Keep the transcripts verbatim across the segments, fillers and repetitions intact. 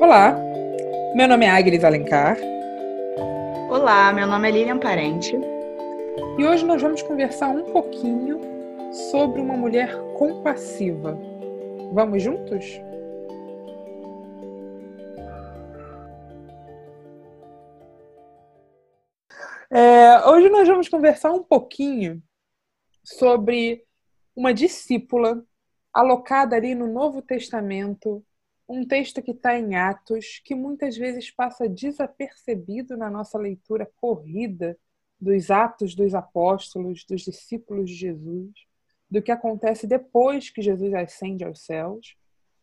Olá, meu nome é Agnes Alencar Olá, meu nome é Lilian Parente. e hoje nós vamos conversar um pouquinho sobre uma mulher compassiva. Vamos juntos? É, hoje nós vamos conversar um pouquinho sobre uma discípula alocada ali no Novo Testamento, um texto que está em Atos, que muitas vezes passa desapercebido na nossa leitura corrida dos Atos dos Apóstolos, dos discípulos de Jesus, do que acontece depois que Jesus ascende aos céus.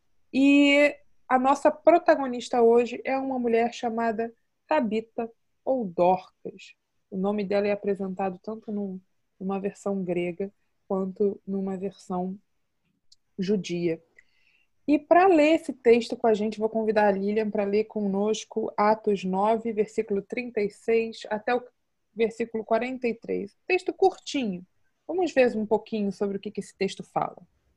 E a nossa protagonista hoje é uma mulher chamada Tabita, ou Dorcas. O nome dela é apresentado tanto num, numa versão grega quanto numa versão judia. E para ler esse texto com a gente, vou convidar a Lilian para ler conosco Atos nove, versículo trinta e seis até o versículo quarenta e três. Texto curtinho. Vamos ver um pouquinho sobre o que esse texto fala.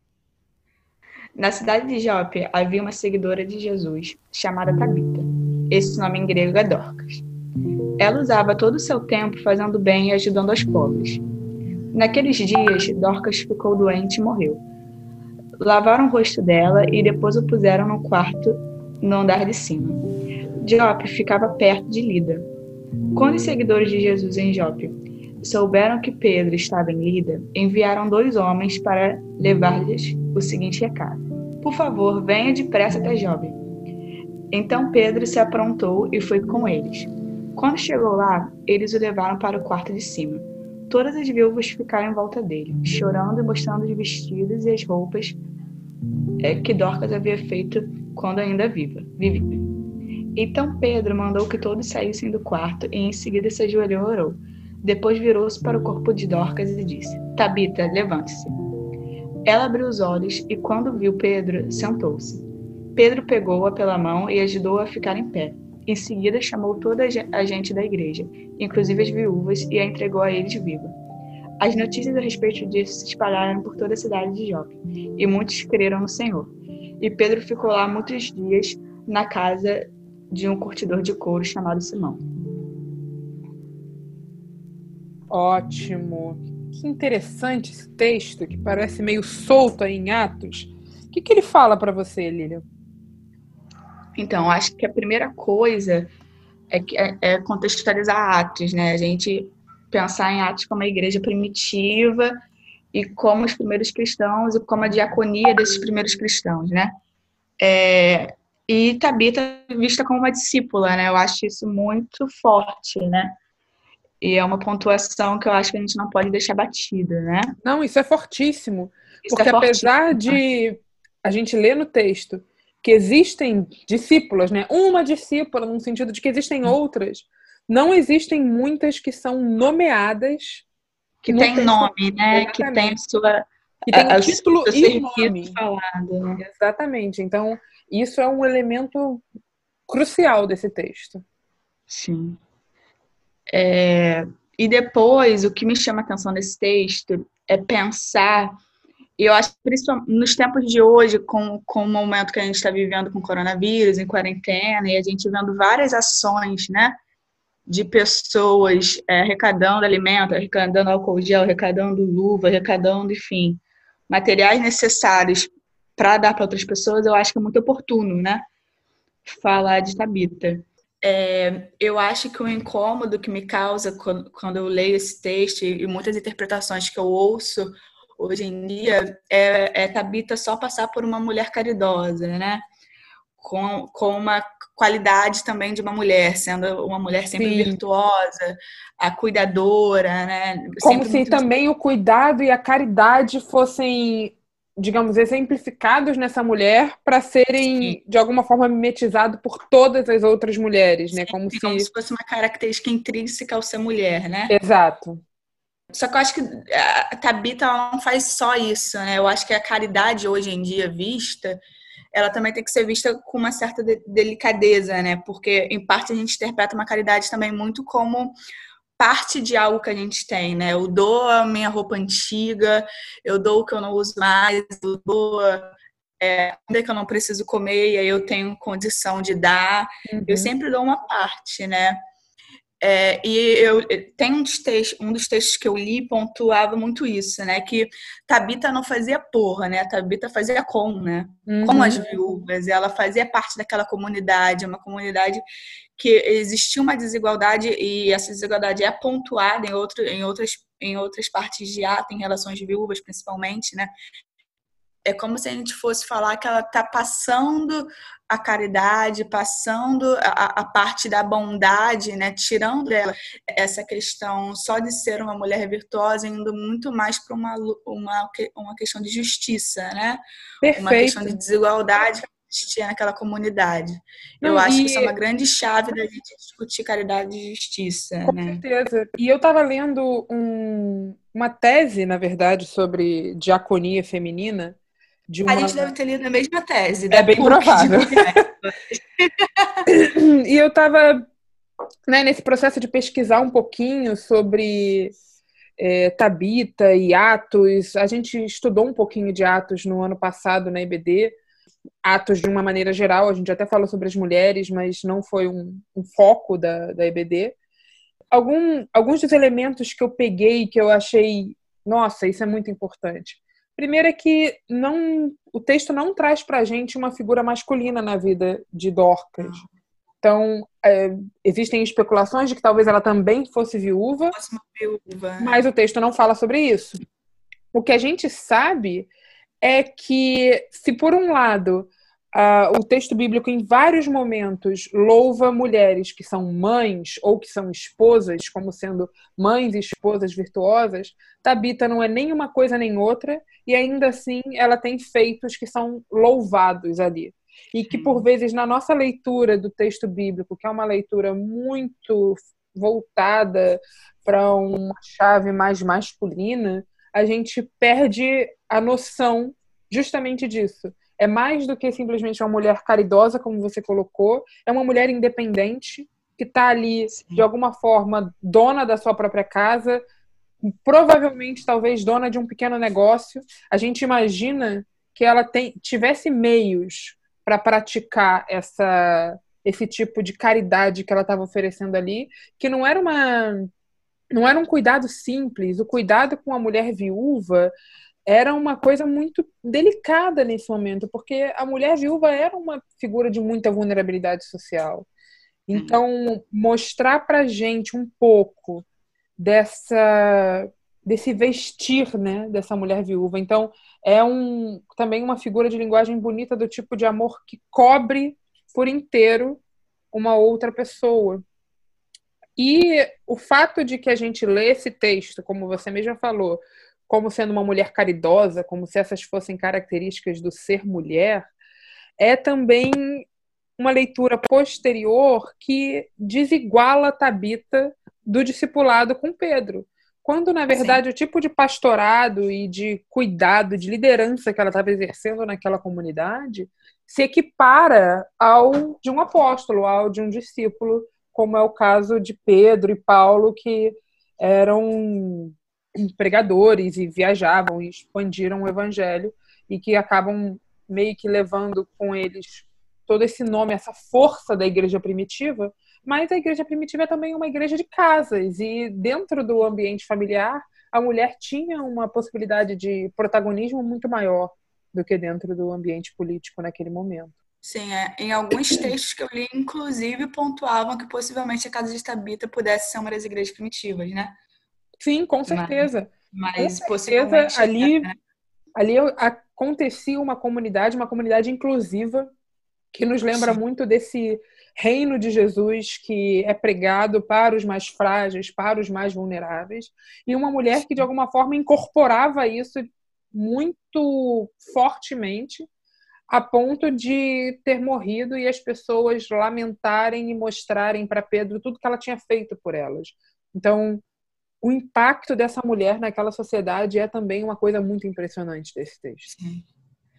Na cidade de Jope havia uma seguidora de Jesus, chamada Tabita. Esse nome em grego é Dorcas. Ela usava todo o seu tempo fazendo bem e ajudando aos pobres. Naqueles dias, Dorcas ficou doente e morreu. Lavaram o rosto dela e depois o puseram no quarto no andar de cima. Jope ficava perto de Lida. Quando os seguidores de Jesus em Jope souberam que Pedro estava em Lida, enviaram dois homens para levar-lhes o seguinte recado: por favor, venha depressa até Jope. Então Pedro se aprontou e foi com eles. Quando chegou lá, eles o levaram para o quarto de cima. Todas as viúvas ficaram em volta dele, chorando e mostrando os vestidos e as roupas que Dorcas havia feito quando ainda viva, vivia. Então Pedro mandou que todos saíssem do quarto e em seguida se ajoelhou e orou. Depois virou-se para o corpo de Dorcas e disse: Tabita, levante-se. Ela abriu os olhos e quando viu Pedro, sentou-se. Pedro pegou-a pela mão e ajudou-a a ficar em pé. Em seguida chamou toda a gente da igreja, inclusive as viúvas, e a entregou a eles viva. As notícias a respeito disso se espalharam por toda a cidade de Jope, e muitos creram no Senhor. E Pedro ficou lá muitos dias na casa de um curtidor de couro chamado Simão. Ótimo! Que interessante esse texto, que parece meio solto aí em Atos. O que, que ele fala para você, Lilian? Então, acho que a primeira coisa é, que é, é contextualizar Atos, né? A gente pensar em Atos como a igreja primitiva e como os primeiros cristãos e como a diaconia desses primeiros cristãos, né? É, e Tabita vista como uma discípula, né? Eu acho isso muito forte, né? E é uma pontuação que eu acho que a gente não pode deixar batida, né? Não, isso é fortíssimo, Isso porque é fortíssimo. apesar de a gente ler no texto que existem discípulas, né? Uma discípula, no sentido de que existem outras, não existem muitas que são nomeadas Que no tem texto. nome, né? Que tem a Exatamente. sua, Que tem o a, a, título seu e serviço nome. falado, né? Exatamente. Então, isso é um elemento crucial desse texto. Sim. É, e depois, o que me chama a atenção nesse texto é pensar, e eu acho que principalmente nos tempos de hoje, com, com o momento que a gente está vivendo com coronavírus, em quarentena, e a gente vendo várias ações, né, de pessoas é, arrecadando alimento, arrecadando álcool gel, arrecadando luva, arrecadando, enfim, materiais necessários para dar para outras pessoas, eu acho que é muito oportuno, né, falar de Tabita. É, eu acho que o incômodo que me causa quando, quando eu leio esse texto e, e muitas interpretações que eu ouço hoje em dia é, é Tabita só passar por uma mulher caridosa, né? Com, com uma qualidade também de uma mulher, sendo uma mulher sempre Sim. virtuosa, a cuidadora, né? Como Sempre se muito... também o cuidado e a caridade fossem, digamos, exemplificados nessa mulher para serem, Sim, de alguma forma, mimetizados por todas as outras mulheres, né? Como sim, como se... se fosse uma característica intrínseca ao ser mulher, né? Exato. Só que eu acho que a Tabita ela não faz só isso, né? Eu acho que a caridade hoje em dia vista, ela também tem que ser vista com uma certa de- delicadeza, né? Porque, em parte, a gente interpreta uma caridade também muito como parte de algo que a gente tem, né? Eu dou a minha roupa antiga, eu dou o que eu não uso mais, eu dou é, que eu não preciso comer e aí eu tenho condição de dar, Uhum. eu sempre dou uma parte, né? É, e eu tem um dos, textos, um dos textos que eu li pontuava muito isso, né? Que Tabita não fazia porra, né? Tabita fazia com, né? Uhum. Com as viúvas. Ela fazia parte daquela comunidade, uma comunidade que existia uma desigualdade e essa desigualdade é pontuada em, outro, em, outras, em outras partes de Atos, em relações de viúvas, principalmente, né? É como se a gente fosse falar que ela está passando a caridade, passando a, a parte da bondade, né? Tirando dela essa questão só de ser uma mulher virtuosa, indo muito mais para uma, uma, uma questão de justiça, né? Perfeito. Uma questão de desigualdade que existia naquela comunidade. Não, eu acho e... que isso é uma grande chave da gente discutir caridade e justiça. Com né? certeza. E eu estava lendo um, uma tese, na verdade, sobre diaconia feminina. De uma... A gente deve ter lido a mesma tese. É bem provável. E eu estava, né, nesse processo de pesquisar um pouquinho sobre é, Tabita e Atos. A gente estudou um pouquinho de Atos no ano passado na I B D. Atos de uma maneira geral, a gente até falou sobre as mulheres, mas não foi um, um foco da, da I B D. Algum, alguns dos elementos que eu peguei, que eu achei, nossa, isso é muito importante. Primeiro é que não, o texto não traz pra gente uma figura masculina na vida de Dorcas. Então, é, existem especulações de que talvez ela também fosse viúva, fosse uma viúva, mas o texto não fala sobre isso. O que a gente sabe é que, se por um lado, uh, o texto bíblico em vários momentos louva mulheres que são mães ou que são esposas, como sendo mães e esposas virtuosas, Tabita não é nem uma coisa nem outra, e ainda assim ela tem feitos que são louvados ali. E que, por vezes, na nossa leitura do texto bíblico, que é uma leitura muito voltada para uma chave mais masculina, a gente perde a noção justamente disso. É mais do que simplesmente uma mulher caridosa, como você colocou, é uma mulher independente que está ali, Sim. de alguma forma, dona da sua própria casa, provavelmente, talvez, dona de um pequeno negócio. A gente imagina que ela tem, tivesse meios para praticar essa, esse tipo de caridade que ela estava oferecendo ali, que não era uma... não era um cuidado simples. O cuidado com a mulher viúva era uma coisa muito delicada nesse momento, porque a mulher viúva era uma figura de muita vulnerabilidade social. Então, mostrar pra gente um pouco dessa, desse vestir, né, dessa mulher viúva. Então, é um, também uma figura de linguagem bonita do tipo de amor que cobre por inteiro uma outra pessoa. E o fato de que a gente lê esse texto, como você mesma falou, como sendo uma mulher caridosa, como se essas fossem características do ser mulher, é também uma leitura posterior que desiguala Tabita do discipulado com Pedro. Quando, na verdade, Sim. o tipo de pastorado e de cuidado, de liderança que ela estava exercendo naquela comunidade se equipara ao de um apóstolo, ao de um discípulo, como é o caso de Pedro e Paulo, que eram pregadores e viajavam e expandiram o evangelho e que acabam meio que levando com eles todo esse nome, essa força da igreja primitiva, mas a igreja primitiva é também uma igreja de casas e dentro do ambiente familiar a mulher tinha uma possibilidade de protagonismo muito maior do que dentro do ambiente político naquele momento. Sim, é. Em alguns textos que eu li, inclusive, pontuavam que possivelmente a casa de Tabita pudesse ser uma das igrejas primitivas, né? Sim, com certeza. Mas, com mas certeza, possivelmente... ali, né? ali acontecia uma comunidade, uma comunidade inclusiva, que nos lembra Sim. muito desse reino de Jesus que é pregado para os mais frágeis, para os mais vulneráveis, e uma mulher que, de alguma forma, incorporava isso muito fortemente, a ponto de ter morrido e as pessoas lamentarem e mostrarem para Pedro tudo que ela tinha feito por elas. Então, o impacto dessa mulher naquela sociedade é também uma coisa muito impressionante desse texto. Sim.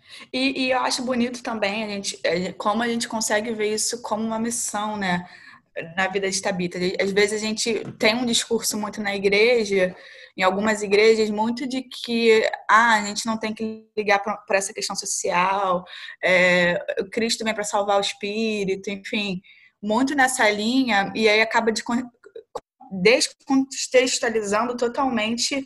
E, e eu acho bonito também a gente, como a gente consegue ver isso como uma missão, né? na vida de Tabita. Às vezes a gente tem um discurso muito na igreja, em algumas igrejas, muito de que ah, a gente não tem que ligar para essa questão social, é, o Cristo vem para salvar o espírito, enfim, muito nessa linha, e aí acaba de descontextualizando totalmente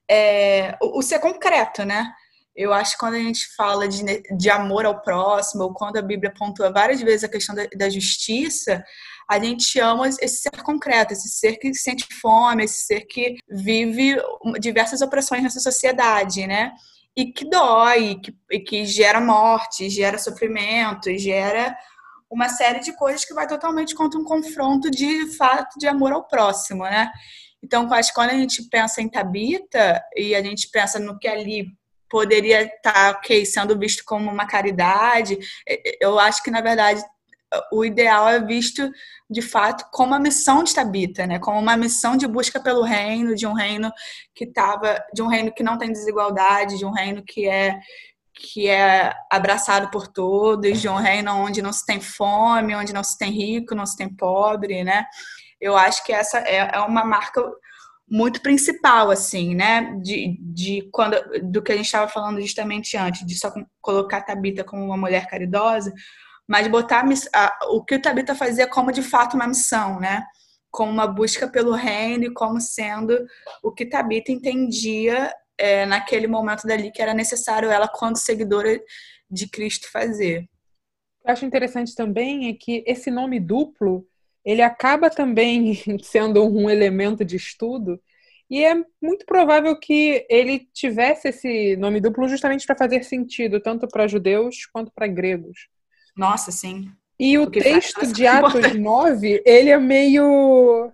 é, o, o ser concreto, né? Eu acho que quando a gente fala de, de amor ao próximo, ou quando a Bíblia pontua várias vezes a questão da, da justiça, a gente ama esse ser concreto, esse ser que sente fome, esse ser que vive diversas opressões nessa sociedade, né? E que dói, e que, e que gera morte, gera sofrimento, gera uma série de coisas que vai totalmente contra um confronto de fato de amor ao próximo, né? Então, acho que quando a gente pensa em Tabita e a gente pensa no que ali poderia estar, ok, sendo visto como uma caridade, eu acho que, na verdade, o ideal é visto, de fato, como a missão de Tabita, né? Como uma missão de busca pelo reino, de um reino que tava, de um reino que não tem desigualdade, de um reino que é que é abraçado por todos, de um reino onde não se tem fome, onde não se tem rico, não se tem pobre, né? Eu acho que essa é uma marca muito principal, assim, né? De, de quando, do que a gente estava falando justamente antes, de só colocar a Tabita como uma mulher caridosa, mas botar a, a, o que o Tabita fazia como, de fato, uma missão, né? Como uma busca pelo reino e como sendo o que Tabita entendia é, naquele momento dali que era necessário ela, quando seguidora de Cristo, fazer. O que eu acho interessante também é que esse nome duplo, ele acaba também sendo um elemento de estudo, e é muito provável que ele tivesse esse nome duplo justamente para fazer sentido, tanto para judeus quanto para gregos. Nossa, sim. E o texto de Atos nove, ele é meio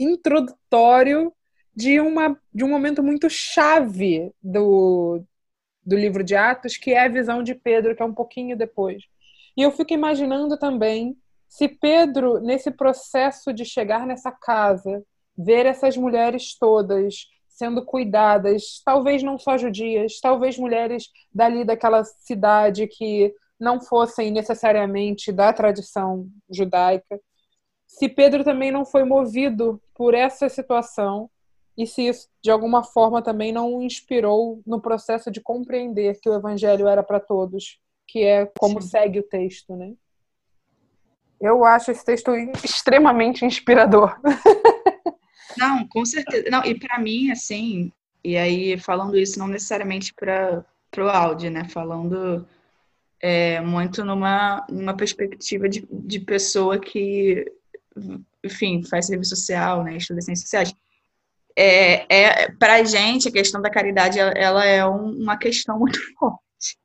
introdutório de, uma, de um momento muito chave do, do livro de Atos, que é a visão de Pedro, que é um pouquinho depois. E eu fico imaginando também se Pedro, nesse processo de chegar nessa casa, ver essas mulheres todas sendo cuidadas, talvez não só judias, talvez mulheres dali daquela cidade que não fossem necessariamente da tradição judaica, se Pedro também não foi movido por essa situação e se isso, de alguma forma, também não o inspirou no processo de compreender que o evangelho era para todos, que é como Sim. segue o texto, né? Eu acho esse texto extremamente inspirador. Não, com certeza. Não, e para mim, assim, e aí falando isso não necessariamente para o áudio, né? Falando é, muito numa, numa perspectiva de, de pessoa que, enfim, faz serviço social, né? Estuda ciências sociais. É, é, para a gente, a questão da caridade, ela, ela é um, uma questão muito forte.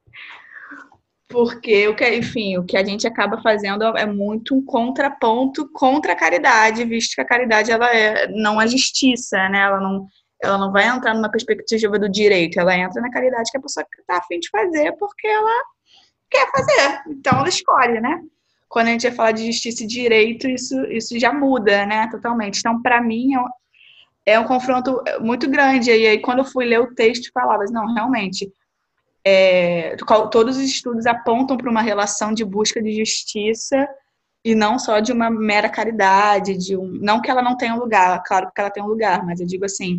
Porque, o que, enfim, o que a gente acaba fazendo é muito um contraponto contra a caridade, visto que a caridade ela é, não é justiça, né? Ela não, ela não vai entrar numa perspectiva do direito, ela entra na caridade que a pessoa está a fim de fazer porque ela quer fazer, então ela escolhe, né? Quando a gente vai falar de justiça e direito, isso, isso já muda, né? Totalmente. Então, para mim, é um, é um confronto muito grande. E aí, quando eu fui ler o texto, falava, não, realmente... É, todos os estudos apontam para uma relação de busca de justiça e não só de uma mera caridade, de um, não que ela não tenha um lugar, claro que ela tem um lugar, mas eu digo assim.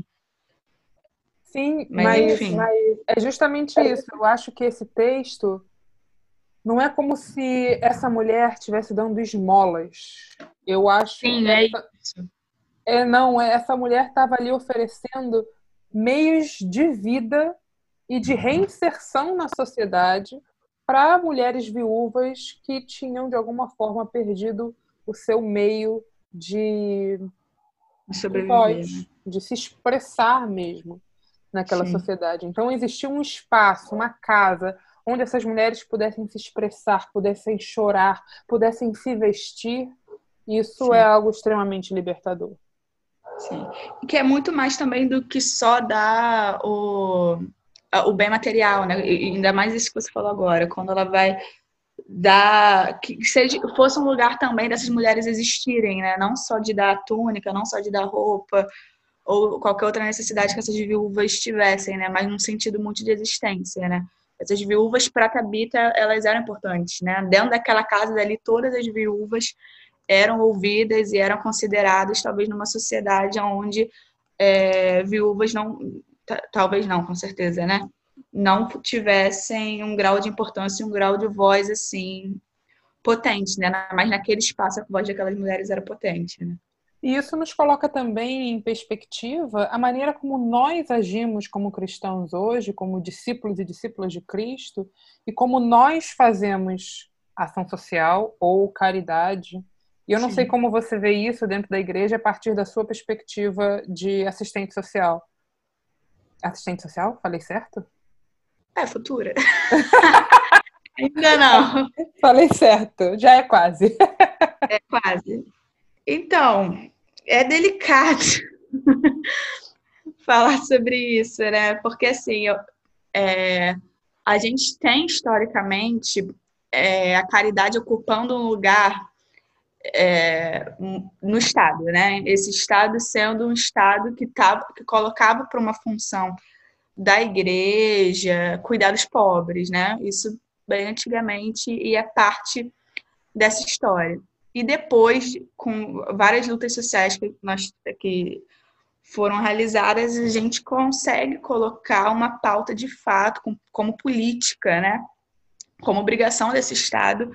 Sim, mas, mas, enfim. mas é justamente isso. Eu acho que esse texto não é como se essa mulher estivesse dando esmolas. Eu acho Sim, que é essa, isso. É, não, essa mulher estava ali oferecendo meios de vida e de reinserção na sociedade para mulheres viúvas que tinham, de alguma forma, perdido o seu meio de, de voz, né? De se expressar mesmo naquela Sim. sociedade. Então, existia um espaço, uma casa, onde essas mulheres pudessem se expressar, pudessem chorar, pudessem se vestir. Isso Sim. é algo extremamente libertador. Sim. Que é muito mais também do que só dar o, o bem material, né? E ainda mais isso que você falou agora, quando ela vai dar... Que seja, fosse um lugar também dessas mulheres existirem, né? Não só de dar túnica, não só de dar roupa, ou qualquer outra necessidade que essas viúvas tivessem, né? Mas num sentido muito de existência, né? Essas viúvas para Tabita, elas eram importantes, né? Dentro daquela casa dali, todas as viúvas eram ouvidas e eram consideradas, talvez, numa sociedade onde é, viúvas não, talvez não, com certeza, né? Não tivessem um grau de importância, um grau de voz, assim, potente, né? Mas naquele espaço a voz daquelas mulheres era potente, né? E isso nos coloca também em perspectiva a maneira como nós agimos como cristãos hoje, como discípulos e discípulas de Cristo, e como nós fazemos ação social ou caridade. E eu não Sim. sei como você vê isso dentro da igreja a partir da sua perspectiva de assistente social. Assistente social? Falei certo? É, futura. Ainda não. Falei certo, já é quase. É quase. Então, é delicado falar sobre isso, né? Porque, assim, eu, é, a gente tem, historicamente, é, a caridade ocupando um lugar é, no Estado, né? Esse Estado sendo um Estado que, tava, que colocava para uma função da igreja cuidar dos pobres, né? Isso bem antigamente e é parte dessa história. E depois, com várias lutas sociais que, nós, que foram realizadas, a gente consegue colocar uma pauta de fato, como, como política, né? Como obrigação desse Estado,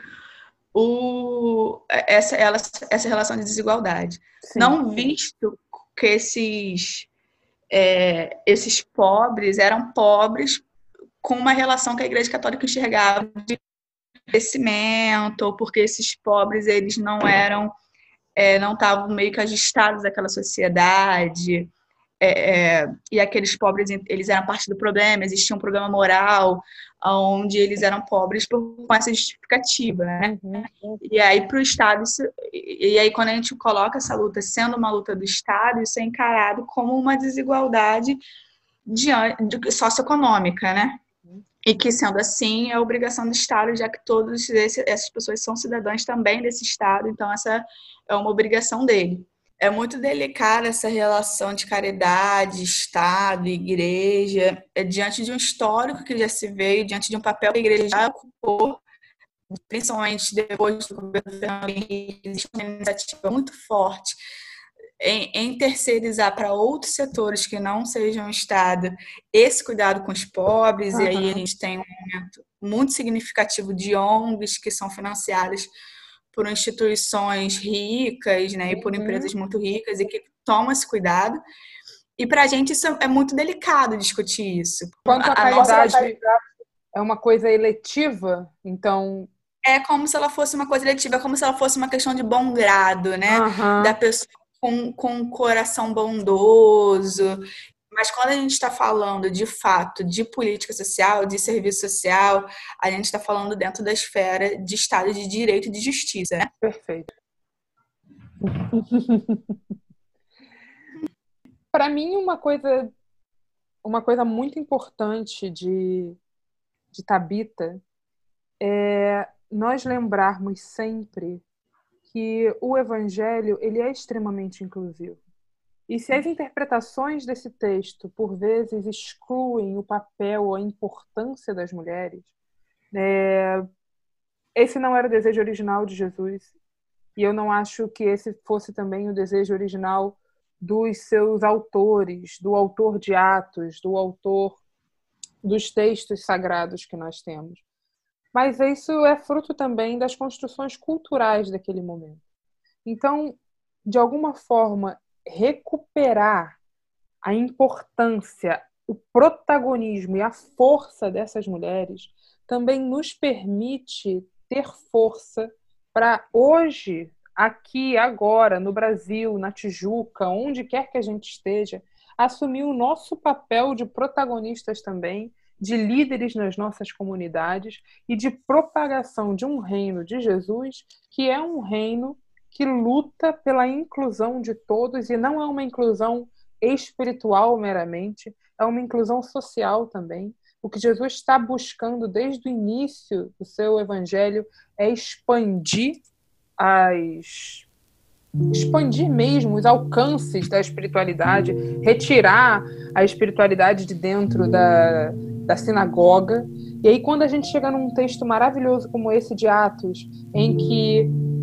o, essa, ela, essa relação de desigualdade. Sim. Não visto que esses, é, esses pobres eram pobres com uma relação que a Igreja Católica enxergava de crescimento, ou porque esses pobres eles não eram, é, não estavam meio que ajustados àquela sociedade, é, é, e aqueles pobres eles eram parte do problema, existia um problema moral onde eles eram pobres por, com essa justificativa, né? Uhum. E aí para o Estado isso, e aí quando a gente coloca essa luta sendo uma luta do Estado, isso é encarado como uma desigualdade de, de, socioeconômica, né? E que, sendo assim, é obrigação do Estado, já que todas essas pessoas são cidadãs também desse Estado, então essa é uma obrigação dele. É muito delicada essa relação de caridade, Estado, igreja, é, diante de um histórico que já se veio, diante de um papel que a igreja já ocupou, principalmente depois do governo Fernando Henrique, existe uma iniciativa muito forte Em, em terceirizar para outros setores que não sejam o Estado esse cuidado com os pobres, uhum. E aí a gente tem um momento muito significativo de O N Gs que são financiadas por instituições ricas, né, uhum. E por empresas muito ricas e que tomam esse cuidado. E para a gente isso é muito delicado discutir isso. Quanto à caridade, nossa... é uma coisa eletiva, então... É como se ela fosse uma coisa eletiva, é como se ela fosse uma questão de bom grado, né, uhum. Da pessoa com, com um coração bondoso, mas quando a gente está falando de fato de política social, de serviço social, a gente está falando dentro da esfera de Estado de Direito e de Justiça, né? Perfeito. Para mim, uma coisa, uma coisa muito importante de, de Tabita é nós lembrarmos sempre que o Evangelho ele é extremamente inclusivo. E se as interpretações desse texto, por vezes, excluem o papel ou a importância das mulheres, é... esse não era o desejo original de Jesus. E eu não acho que esse fosse também o desejo original dos seus autores, do autor de Atos, do autor dos textos sagrados que nós temos. Mas isso é fruto também das construções culturais daquele momento. Então, de alguma forma, recuperar a importância, o protagonismo e a força dessas mulheres também nos permite ter força para hoje, aqui, agora, no Brasil, na Tijuca, onde quer que a gente esteja, assumir o nosso papel de protagonistas também, de líderes nas nossas comunidades e de propagação de um reino de Jesus, que é um reino que luta pela inclusão de todos, e não é uma inclusão espiritual meramente, é uma inclusão social também. O que Jesus está buscando desde o início do seu evangelho é expandir as... expandir mesmo os alcances da espiritualidade, retirar a espiritualidade de dentro da, da sinagoga. E aí, quando a gente chega num texto maravilhoso como esse de Atos, em que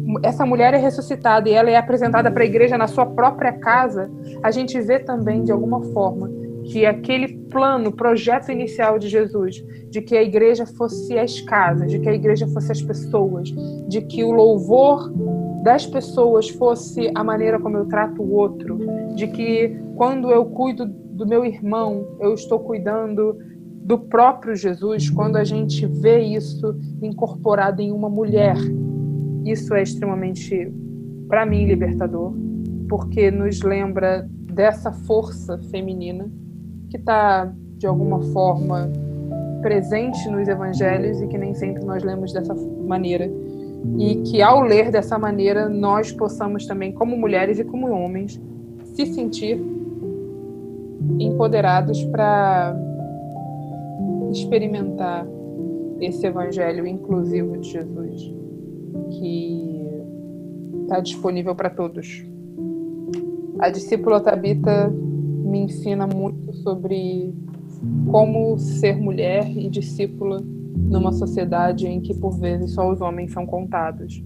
essa mulher é ressuscitada e ela é apresentada para a igreja na sua própria casa, a gente vê também, de alguma forma, que aquele plano, projeto inicial de Jesus, de que a igreja fosse as casas, de que a igreja fosse as pessoas, de que o louvor das pessoas fosse a maneira como eu trato o outro, de que quando eu cuido do meu irmão, eu estou cuidando do próprio Jesus. Quando a gente vê isso incorporado em uma mulher, isso é extremamente, para mim, libertador, porque nos lembra dessa força feminina que está, de alguma forma, presente nos evangelhos e que nem sempre nós lemos dessa maneira. E que, ao ler dessa maneira, nós possamos também, como mulheres e como homens, se sentir empoderados para experimentar esse evangelho inclusivo de Jesus, que está disponível para todos. A discípula Tabita me ensina muito sobre como ser mulher e discípula numa sociedade em que, por vezes, só os homens são contados.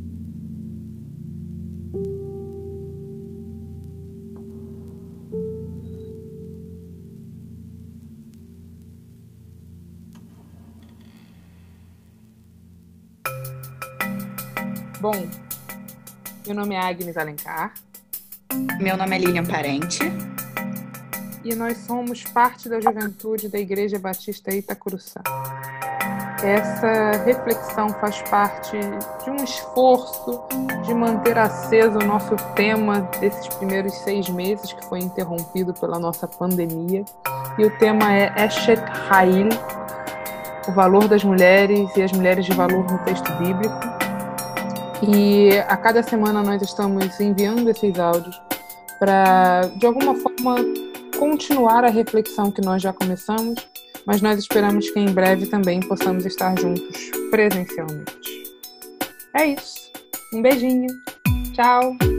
Bom, meu nome é Agnes Alencar. Meu nome é Lilian Parente. E nós somos parte da juventude da Igreja Batista Itacuruçá. Essa reflexão faz parte de um esforço de manter aceso o nosso tema desses primeiros seis meses, que foi interrompido pela nossa pandemia. E o tema é Eshet Ha'il, o valor das mulheres e as mulheres de valor no texto bíblico. E a cada semana nós estamos enviando esses áudios para, de alguma forma, continuar a reflexão que nós já começamos, mas nós esperamos que em breve também possamos estar juntos presencialmente. É isso. Um beijinho. Tchau.